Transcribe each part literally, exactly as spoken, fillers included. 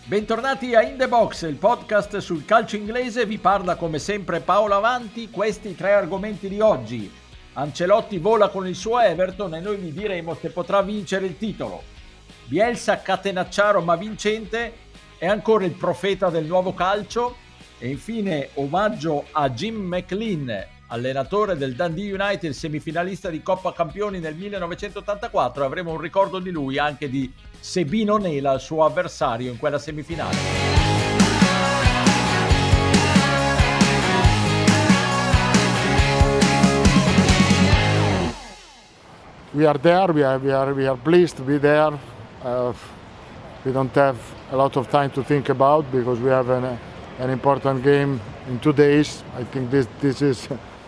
Bentornati a In The Box, il podcast sul calcio inglese. Vi parla come sempre Paolo Avanti. Questi tre argomenti di oggi. Ancelotti vola con il suo Everton e noi vi diremo se potrà vincere il titolo. Bielsa catenacciaro ma vincente, è ancora il profeta del nuovo calcio. E infine omaggio a Jim McLean, allenatore del Dundee United, semifinalista di Coppa Campioni nel millenovecentottantaquattro. Avremo un ricordo di lui, anche di Sebino Nela, il suo avversario in quella semifinale. We are there, we are, we are, we are pleased to be there. Uh, we don't have a lot of time to think about because we have an, an important game in two days. I think this, this is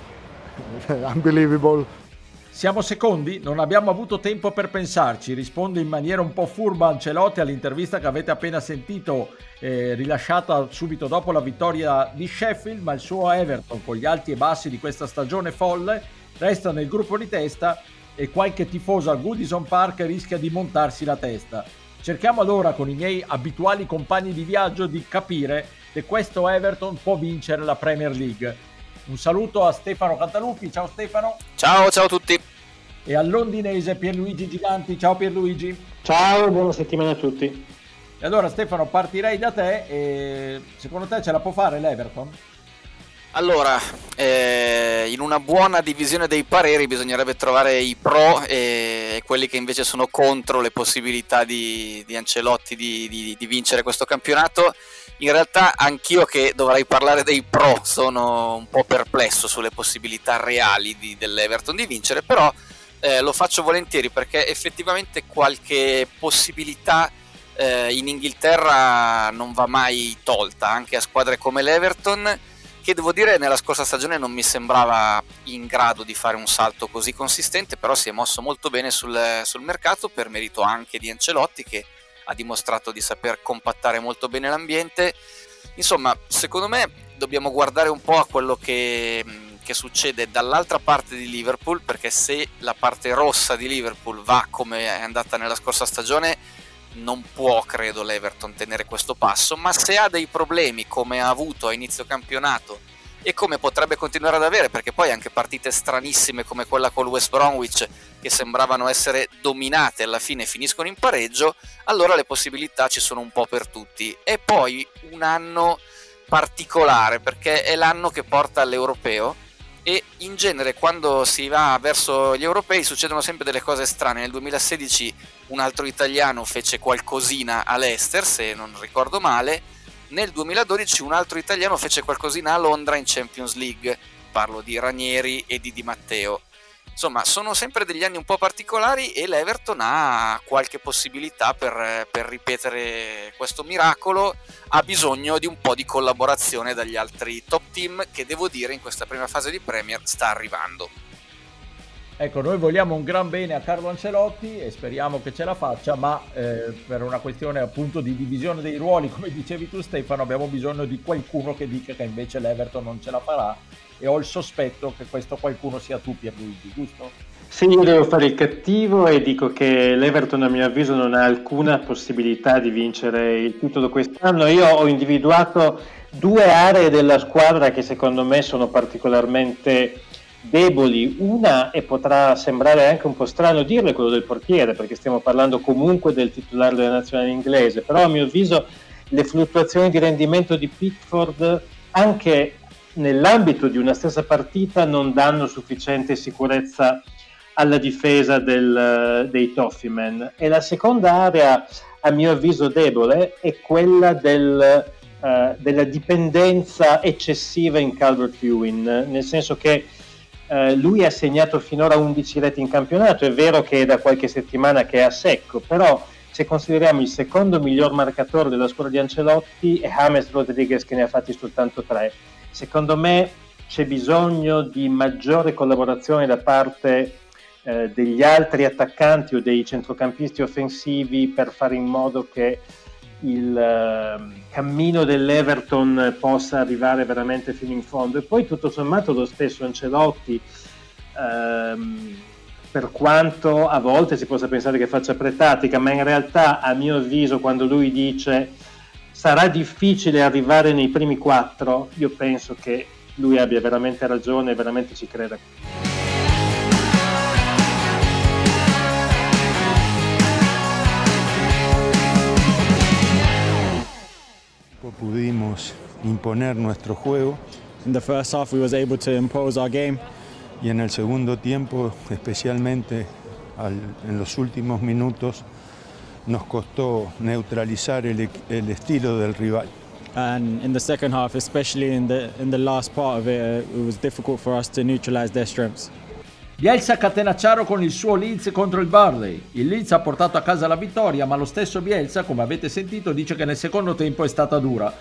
unbelievable. Siamo secondi? Non abbiamo avuto tempo per pensarci, risponde in maniera un po' furba Ancelotti all'intervista che avete appena sentito, eh, rilasciata subito dopo la vittoria di Sheffield, ma il suo Everton, con gli alti e bassi di questa stagione folle, resta nel gruppo di testa e qualche tifoso al Goodison Park rischia di montarsi la testa. Cerchiamo allora con i miei abituali compagni di viaggio di capire se questo Everton può vincere la Premier League. Un saluto a Stefano Cantaluppi. Ciao Stefano. Ciao, ciao a tutti. E al londinese Pierluigi Giganti. Ciao Pierluigi. Ciao, buona settimana a tutti. E allora Stefano, partirei da te. E secondo te ce la può fare l'Everton? Allora, eh, in una buona divisione dei pareri bisognerebbe trovare i pro e quelli che invece sono contro le possibilità di, di Ancelotti di, di, di vincere questo campionato. In realtà anch'io, che dovrei parlare dei pro, sono un po' perplesso sulle possibilità reali di, dell'Everton di vincere, però eh, lo faccio volentieri perché effettivamente qualche possibilità eh, in Inghilterra non va mai tolta, anche a squadre come l'Everton, che devo dire nella scorsa stagione non mi sembrava in grado di fare un salto così consistente, però si è mosso molto bene sul, sul mercato, per merito anche di Ancelotti, che ha dimostrato di saper compattare molto bene l'ambiente. Insomma, secondo me dobbiamo guardare un po' a quello che, che succede dall'altra parte di Liverpool, perché se la parte rossa di Liverpool va come è andata nella scorsa stagione, non può, credo, l'Everton tenere questo passo, ma se ha dei problemi come ha avuto a inizio campionato e come potrebbe continuare ad avere, perché poi anche partite stranissime come quella col West Bromwich che sembravano essere dominate alla fine finiscono in pareggio, allora le possibilità ci sono un po' per tutti. E poi un anno particolare perché è l'anno che porta all'europeo e in genere quando si va verso gli europei succedono sempre delle cose strane. Nel duemilasedici un altro italiano fece qualcosina all'Ester, se non ricordo male. Nel duemiladodici un altro italiano fece qualcosina a Londra in Champions League, parlo di Ranieri e di Di Matteo. Insomma, sono sempre degli anni un po' particolari e l'Everton ha qualche possibilità per, per ripetere questo miracolo. Ha bisogno di un po' di collaborazione dagli altri top team che, devo dire, in questa prima fase di Premier sta arrivando. Ecco, noi vogliamo un gran bene a Carlo Ancelotti e speriamo che ce la faccia, ma eh, per una questione appunto di divisione dei ruoli, come dicevi tu Stefano, abbiamo bisogno di qualcuno che dica che invece l'Everton non ce la farà, e ho il sospetto che questo qualcuno sia tu, Pierluigi, giusto? Sì, io devo fare il cattivo e dico che l'Everton a mio avviso non ha alcuna possibilità di vincere il titolo quest'anno. Io ho individuato due aree della squadra che secondo me sono particolarmente deboli. Una, e potrà sembrare anche un po' strano dirlo, è quello del portiere, perché stiamo parlando comunque del titolare della nazionale inglese, però a mio avviso le fluttuazioni di rendimento di Pickford anche nell'ambito di una stessa partita non danno sufficiente sicurezza alla difesa del, dei Toffeemen. E la seconda area a mio avviso debole è quella del, uh, della dipendenza eccessiva in Calvert-Lewin, nel senso che Uh, lui ha segnato finora undici reti in campionato. È vero che è da qualche settimana che è a secco, però se consideriamo il secondo miglior marcatore della squadra di Ancelotti è James Rodriguez, che ne ha fatti soltanto tre. Secondo me c'è bisogno di maggiore collaborazione da parte uh, degli altri attaccanti o dei centrocampisti offensivi per fare in modo che il uh, cammino dell'Everton possa arrivare veramente fino in fondo. E poi tutto sommato lo stesso Ancelotti, um, per quanto a volte si possa pensare che faccia pretattica, ma in realtà a mio avviso quando lui dice sarà difficile arrivare nei primi quattro, io penso che lui abbia veramente ragione e veramente ci creda. Pudimos imponer nuestro juego. In the first half we was able to impose our game. Y en el segundo tiempo, especialmente al, en los últimos minutos, nos costó neutralizar el, el estilo del rival. And in the second half, especially in the in the last part of it, uh, it was difficult for us to neutralize their strengths. Bielsa catenacciaro con il suo Leeds contro il Burnley. Il Leeds ha portato a casa la vittoria, ma lo stesso Bielsa, come avete sentito, dice che nel secondo tempo è stata dura.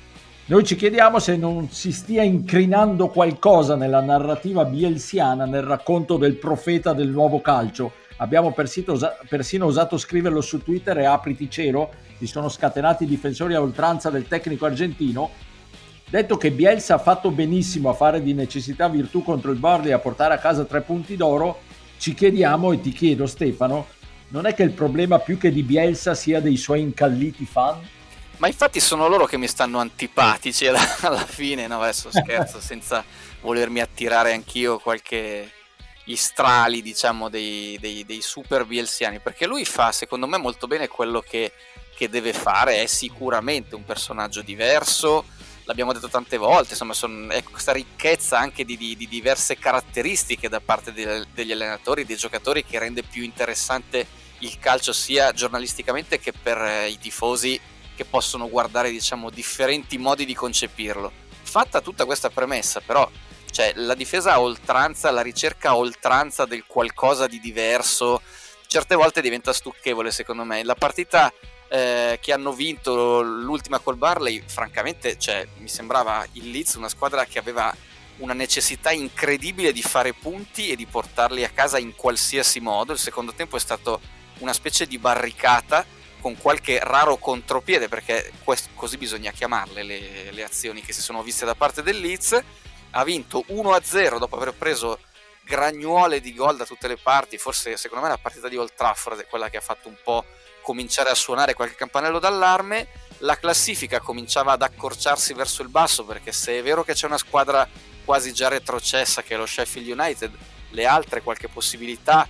Noi ci chiediamo se non si stia incrinando qualcosa nella narrativa bielsiana nel racconto del profeta del nuovo calcio. Abbiamo persino, persino osato scriverlo su Twitter e apriti cielo, si sono scatenati i difensori a oltranza del tecnico argentino. Detto che Bielsa ha fatto benissimo a fare di necessità virtù contro il Burnley e a portare a casa tre punti d'oro, ci chiediamo, e ti chiedo Stefano, non è che il problema più che di Bielsa sia dei suoi incalliti fan? Ma infatti sono loro che mi stanno antipatici alla, alla fine, no adesso scherzo, senza volermi attirare anch'io qualche gli strali, diciamo, dei, dei, dei super bielsiani, perché lui fa secondo me molto bene quello che, che deve fare, è sicuramente un personaggio diverso, l'abbiamo detto tante volte, insomma son, è questa ricchezza anche di, di, di diverse caratteristiche da parte de, degli allenatori, dei giocatori, che rende più interessante il calcio sia giornalisticamente che per eh, i tifosi, che possono guardare, diciamo, differenti modi di concepirlo. Fatta tutta questa premessa, però, cioè, la difesa a oltranza, la ricerca a oltranza del qualcosa di diverso, certe volte diventa stucchevole, secondo me. La partita eh, che hanno vinto, l'ultima col Burnley, francamente, cioè, mi sembrava il Leeds una squadra che aveva una necessità incredibile di fare punti e di portarli a casa in qualsiasi modo. Il secondo tempo è stato una specie di barricata, con qualche raro contropiede, perché questo, così bisogna chiamarle le, le azioni che si sono viste da parte del Leeds. Ha vinto uno a zero dopo aver preso gragnuole di gol da tutte le parti. Forse, secondo me, la partita di Old Trafford è quella che ha fatto un po' cominciare a suonare qualche campanello d'allarme. La classifica cominciava ad accorciarsi verso il basso, perché se è vero che c'è una squadra quasi già retrocessa che è lo Sheffield United, le altre qualche possibilità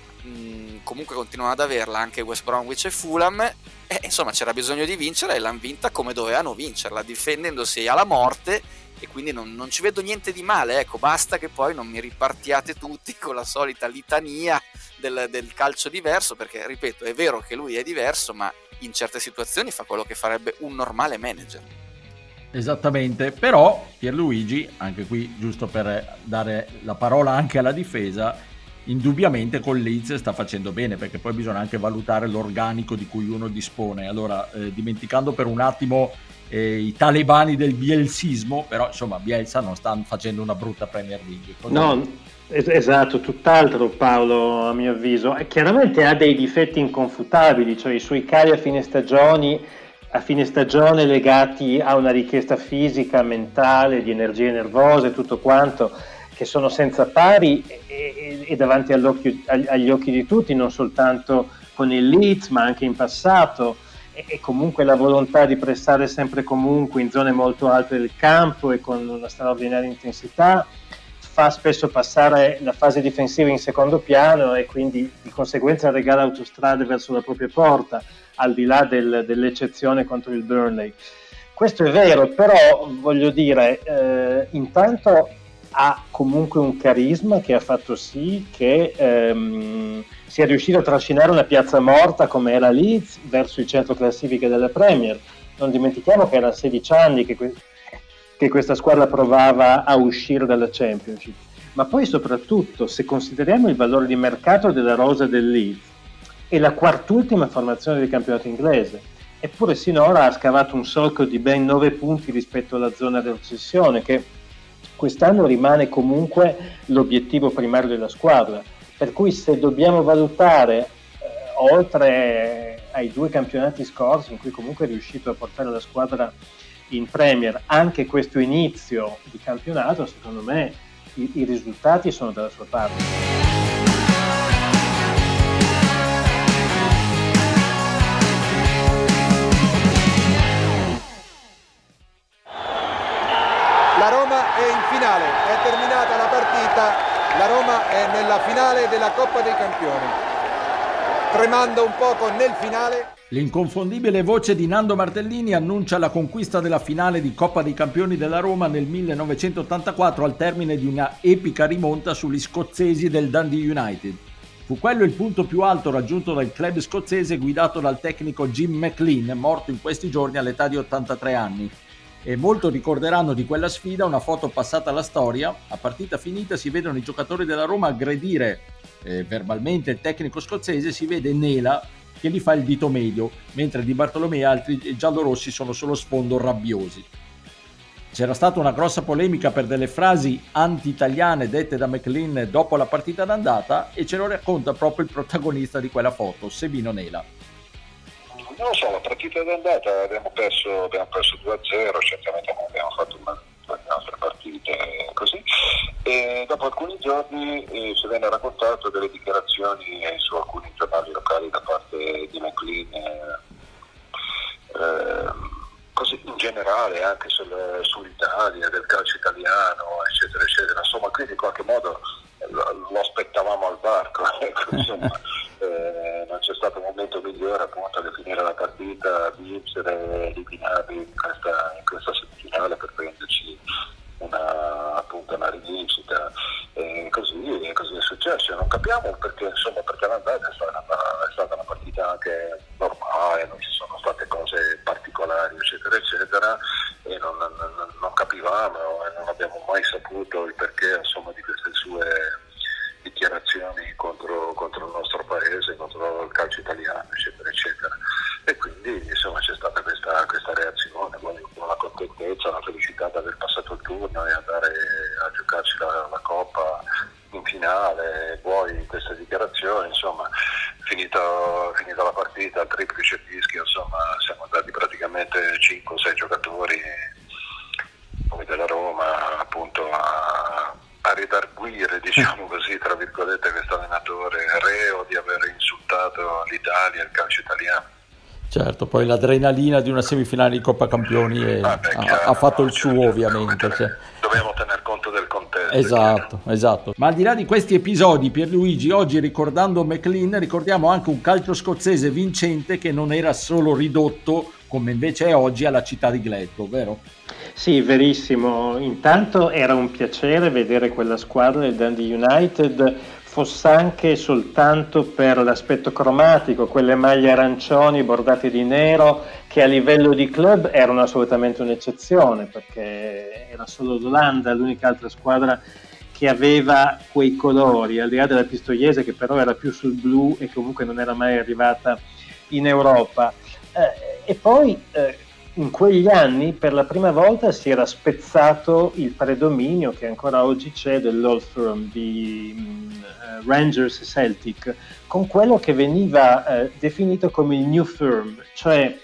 mh, comunque continuano ad averla, anche West Bromwich e Fulham, e insomma c'era bisogno di vincere e l'hanno vinta come dovevano vincerla, difendendosi alla morte, e quindi non, non ci vedo niente di male, ecco, basta che poi non mi ripartiate tutti con la solita litania del, del calcio diverso, perché ripeto, è vero che lui è diverso, ma in certe situazioni fa quello che farebbe un normale manager. Esattamente, però Pierluigi, anche qui giusto per dare la parola anche alla difesa, indubbiamente con Leeds sta facendo bene, perché poi bisogna anche valutare l'organico di cui uno dispone. Allora, eh, dimenticando per un attimo eh, i talebani del bielsismo, però insomma Bielsa non sta facendo una brutta Premier League. Cosa no, es- esatto, tutt'altro Paolo, a mio avviso. E chiaramente ha dei difetti inconfutabili, cioè i suoi cali a fine stagioni a fine stagione legati a una richiesta fisica, mentale, di energie nervose, tutto quanto, che sono senza pari e, e, e davanti all'occhio, agli occhi di tutti, non soltanto con il Leeds ma anche in passato, e, e comunque la volontà di pressare sempre comunque in zone molto alte del campo e con una straordinaria intensità fa spesso passare la fase difensiva in secondo piano e quindi di conseguenza regala autostrade verso la propria porta, al di là del, dell'eccezione contro il Burnley. Questo è vero, però voglio dire, eh, intanto ha comunque un carisma che ha fatto sì che ehm, sia riuscito a trascinare una piazza morta come era Leeds verso il centro classifica della Premier. Non dimentichiamo che era sedici anni che, que- che questa squadra provava a uscire dalla Championship, ma poi soprattutto se consideriamo il valore di mercato della rosa del Leeds, è la quart'ultima formazione del campionato inglese, eppure sinora ha scavato un solco di ben nove punti rispetto alla zona di recessione, che quest'anno rimane comunque l'obiettivo primario della squadra, per cui se dobbiamo valutare eh, oltre ai due campionati scorsi in cui comunque è riuscito a portare la squadra in Premier, anche questo inizio di campionato, secondo me i, i risultati sono dalla sua parte. finale della Coppa dei Campioni. Tremando un poco nel finale. L'inconfondibile voce di Nando Martellini annuncia la conquista della finale di Coppa dei Campioni della Roma nel millenovecentottantaquattro al termine di una epica rimonta sugli scozzesi del Dundee United. Fu quello il punto più alto raggiunto dal club scozzese guidato dal tecnico Jim McLean, morto in questi giorni all'età di ottantatré anni. E molto ricorderanno di quella sfida una foto passata alla storia. A partita finita si vedono i giocatori della Roma aggredire eh, verbalmente il tecnico scozzese, si vede Nela che gli fa il dito medio, mentre Di Bartolomei e altri giallorossi sono sullo sfondo rabbiosi. C'era stata una grossa polemica per delle frasi anti-italiane dette da McLean dopo la partita d'andata e ce lo racconta proprio il protagonista di quella foto, Sebino Nela. Non lo so, la partita d'andata abbiamo perso, abbiamo perso due a zero, certamente non abbiamo fatto una delle nostre partite così, e dopo alcuni giorni eh, ci venne raccontato delle dichiarazioni eh, su alcuni giornali locali da parte di McLean, eh, eh, così in generale anche sul, sull'Italia, del calcio italiano, eccetera, eccetera. Insomma, quindi in qualche modo lo, lo aspettavamo al varco, ecco, insomma. Eh, non c'è stato un momento migliore appunto che finire la partita, vincere, eliminati in questa, in questa semifinale per prenderci una, appunto una rivincita, e così, e così è successo. Non capiamo perché, insomma, perché l'andata è stata, una, è stata una partita anche normale, non ci sono state cose particolari, eccetera, eccetera, e non, non, non capivamo e non abbiamo mai saputo il perché, insomma, di queste sue dichiarazioni contro, contro il nostro paese, contro il calcio italiano, eccetera, eccetera. E quindi, insomma, c'è stata questa, questa reazione, con la contentezza, la felicità di aver passato il turno e andare a giocarci la, la Coppa in finale. Poi queste dichiarazioni, insomma, finito, finita la partita, al triplice fischio, insomma, siamo andati praticamente cinque o sei giocatori come della Roma, appunto, a a redarguire, diciamo così, tra virgolette, questo allenatore reo di aver insultato l'Italia e il calcio italiano. Certo, poi l'adrenalina di una semifinale di Coppa Campioni è, ah, beh, chiaro, ha, ha fatto no, il suo, ovviamente. Tener, cioè. Dobbiamo tener conto del contesto. Esatto, esatto. Ma al di là di questi episodi, Pierluigi, oggi ricordando McLean, ricordiamo anche un calcio scozzese vincente che non era solo ridotto, come invece è oggi, alla città di Glasgow, vero? Sì, verissimo. Intanto era un piacere vedere quella squadra del Dundee United, fosse anche soltanto per l'aspetto cromatico, quelle maglie arancioni bordate di nero che a livello di club erano assolutamente un'eccezione, perché era solo l'Olanda l'unica altra squadra che aveva quei colori, al di là della Pistoiese che però era più sul blu e comunque non era mai arrivata in Europa. Eh, e poi eh, in quegli anni per la prima volta si era spezzato il predominio che ancora oggi c'è dell'Old Firm di uh, Rangers e Celtic con quello che veniva uh, definito come il New Firm, cioè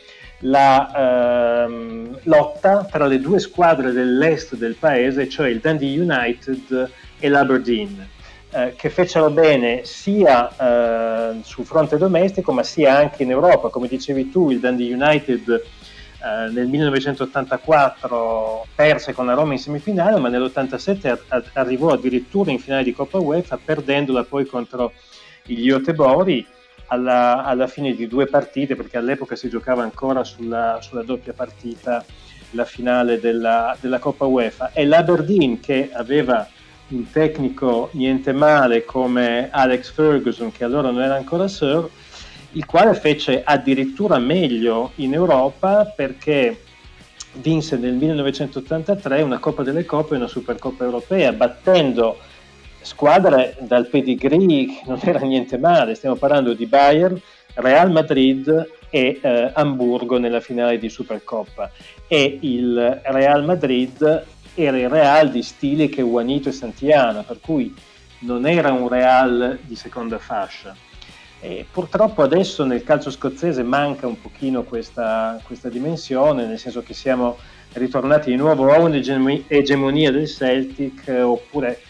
la uh, lotta tra le due squadre dell'est del paese, cioè il Dundee United e l'Aberdeen, uh, che fecero bene sia uh, sul fronte domestico ma sia anche in Europa. Come dicevi tu, il Dundee United Uh, nel millenovecentottantaquattro perse con la Roma in semifinale, ma nell'ottantasette a- a- arrivò addirittura in finale di Coppa UEFA, perdendola poi contro gli Göteborg alla, alla fine di due partite, perché all'epoca si giocava ancora sulla, sulla doppia partita la finale della, della Coppa UEFA. E l'Aberdeen, che aveva un tecnico niente male come Alex Ferguson, che allora non era ancora Sir, il quale fece addirittura meglio in Europa perché vinse nel millenovecentottantatré una Coppa delle Coppe e una Supercoppa europea, battendo squadre dal pedigree che non era niente male. Stiamo parlando di Bayern, Real Madrid e eh, Amburgo nella finale di Supercoppa, e il Real Madrid era il Real di stili che Juanito e Santiana, per cui non era un Real di seconda fascia. E purtroppo adesso nel calcio scozzese manca un pochino questa, questa dimensione, nel senso che siamo ritornati di nuovo a un'egemonia del Celtic eh, oppure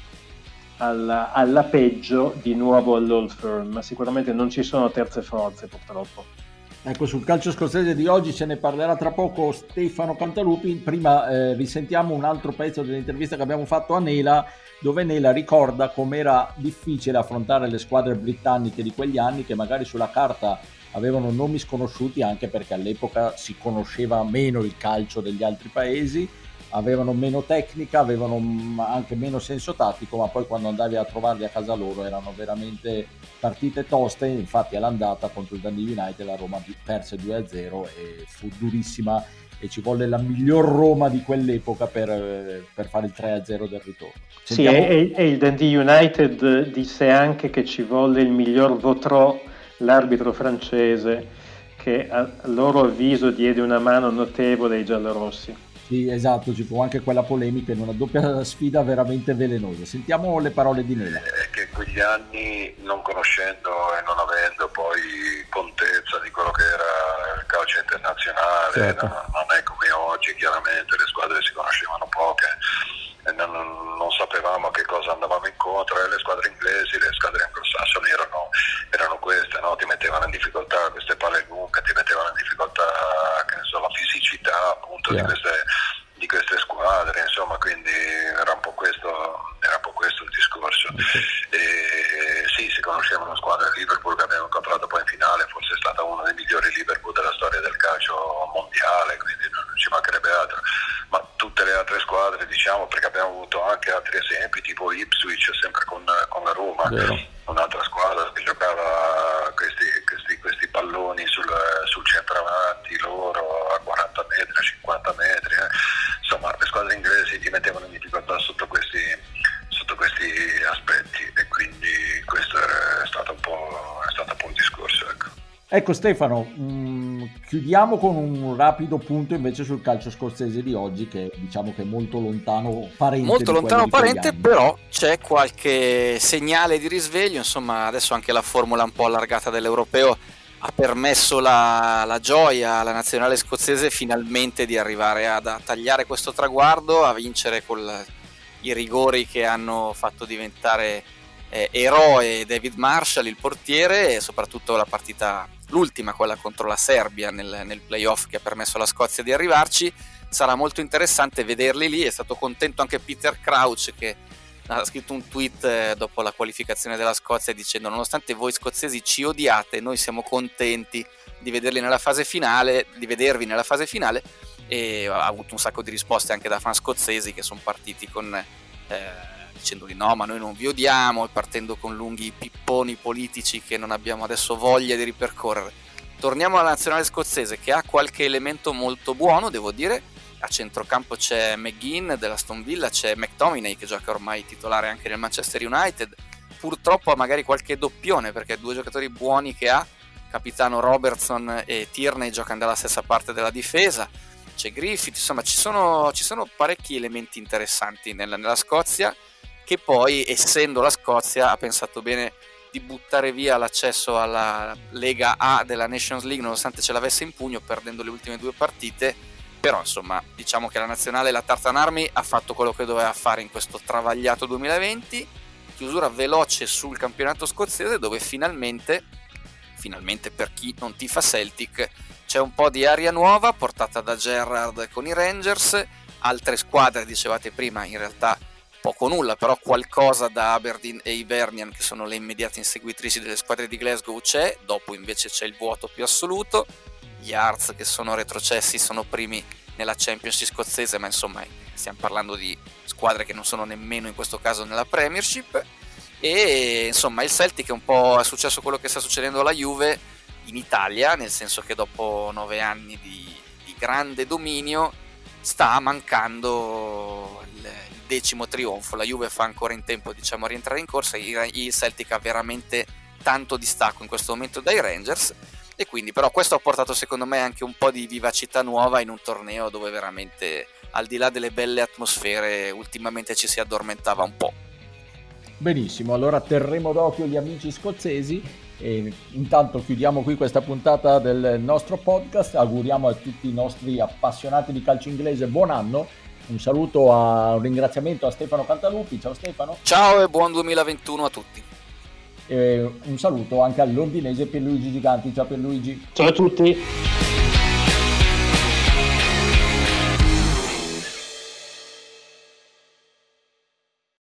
alla, alla peggio di nuovo all'Old Firm, ma sicuramente non ci sono terze forze purtroppo. Ecco, sul calcio scozzese di oggi ce ne parlerà tra poco Stefano Cantalupi. Prima eh, risentiamo un altro pezzo dell'intervista che abbiamo fatto a Nela, dove Nela ricorda com'era difficile affrontare le squadre britanniche di quegli anni, che magari sulla carta avevano nomi sconosciuti, anche perché all'epoca si conosceva meno il calcio degli altri paesi, avevano meno tecnica, avevano anche meno senso tattico, ma poi quando andavi a trovarli a casa loro erano veramente partite toste. Infatti all'andata contro il Dundee United la Roma perse due a zero e fu durissima, e ci volle la miglior Roma di quell'epoca per, per fare il tre a zero del ritorno. Sentiamo... Sì, e, e il Dundee United disse anche che ci volle il miglior Vautreau, l'arbitro francese, che a loro avviso diede una mano notevole ai giallorossi. Sì, esatto, ci fu anche quella polemica in una doppia sfida veramente velenosa. Sentiamo le parole di Nela. È che quegli anni, non conoscendo e non avendo poi contezza di quello che era il calcio internazionale, certo. non, non è come oggi, chiaramente le squadre si conoscevano poche, e non, non sapevamo a che cosa andavamo incontro, e le squadre inglesi, le squadre anglosassoni erano, erano queste, no? Ti mettevano in difficoltà queste palle lunghe, ti mettevano in difficoltà, che ne so, la fisicità appunto yeah. di queste di queste squadre, insomma, quindi era un po' questo, era un po' questo il discorso. Okay. E, sì, si conosceva una squadra del Liverpool che abbiamo incontrato poi in finale, forse è stata uno dei migliori Liverpool della storia del calcio mondiale, quindi non ci mancherebbe altro, ma tutte le altre squadre, diciamo, perché abbiamo avuto anche altri esempi tipo Ipswich, sempre con, con la Roma, Vero. un'altra squadra che giocava questi, questi, questi palloni sul, sul centravanti loro a quaranta metri, a cinquanta metri, eh. Insomma, le squadre inglesi ti mettevano in difficoltà sotto questi, sotto questi aspetti, e quindi questo è stato un po', è stato un po' il discorso. Ecco, ecco Stefano, mh, chiudiamo con un rapido punto invece sul calcio scozzese di oggi, che diciamo che è molto lontano parente. Molto lontano parente, però c'è qualche segnale di risveglio. Insomma, adesso anche la formula un po' allargata dell'europeo ha permesso la, la gioia alla nazionale scozzese finalmente di arrivare ad, a tagliare questo traguardo, a vincere con i rigori che hanno fatto diventare eh, eroe David Marshall, il portiere, e soprattutto la partita, l'ultima, quella contro la Serbia nel, nel playoff, che ha permesso alla Scozia di arrivarci. Sarà molto interessante vederli lì. È stato contento anche Peter Crouch, che ha scritto un tweet eh, dopo la qualificazione della Scozia dicendo: nonostante voi scozzesi ci odiate, noi siamo contenti di vederli nella fase finale, di vedervi nella fase finale. E ha avuto un sacco di risposte anche da fan scozzesi che sono partiti con eh, dicendogli no, ma noi non vi odiamo, e partendo con lunghi pipponi politici che non abbiamo adesso voglia di ripercorrere. Torniamo alla nazionale scozzese, che ha qualche elemento molto buono, devo dire. A centrocampo c'è McGinn dell'Aston Villa, c'è McTominay che gioca ormai titolare anche nel Manchester United. Purtroppo ha magari qualche doppione, perché due giocatori buoni che ha, capitano Robertson e Tierney, giocano dalla stessa parte della difesa. C'è Griffith, insomma ci sono, ci sono parecchi elementi interessanti nella, nella Scozia, che poi, essendo la Scozia, ha pensato bene di buttare via l'accesso alla Lega A della Nations League, nonostante ce l'avesse in pugno, perdendo le ultime due partite. Però insomma, diciamo che la nazionale, la Tartan Army, ha fatto quello che doveva fare in questo travagliato duemilaventi. Chiusura veloce sul campionato scozzese, dove finalmente, finalmente per chi non tifa Celtic, c'è un po' di aria nuova portata da Gerrard con i Rangers. Altre squadre, dicevate prima, in realtà poco nulla, però qualcosa da Aberdeen e Hibernian, che sono le immediate inseguitrici delle squadre di Glasgow, c'è. Dopo invece c'è il vuoto più assoluto. Gli Hearts, che sono retrocessi, sono primi nella Championship scozzese, ma insomma stiamo parlando di squadre che non sono nemmeno in questo caso nella Premiership. E insomma il Celtic è un po' è successo quello che sta succedendo alla Juve in Italia, nel senso che dopo nove anni di, di grande dominio sta mancando il, il decimo trionfo. La Juve fa ancora in tempo, diciamo, a rientrare in corsa. Il Celtic ha veramente tanto distacco in questo momento dai Rangers, e quindi però questo ha portato secondo me anche un po' di vivacità nuova in un torneo dove veramente, al di là delle belle atmosfere, ultimamente ci si addormentava un po'. Benissimo, allora terremo d'occhio gli amici scozzesi, e intanto chiudiamo qui questa puntata del nostro podcast. Auguriamo a tutti i nostri appassionati di calcio inglese buon anno. Un saluto, a un ringraziamento a Stefano Cantalupi. Ciao Stefano. Ciao e buon duemilaventuno a tutti. E un saluto anche all'ordinese Pierluigi Giganti. Ciao Pierluigi. Ciao a tutti.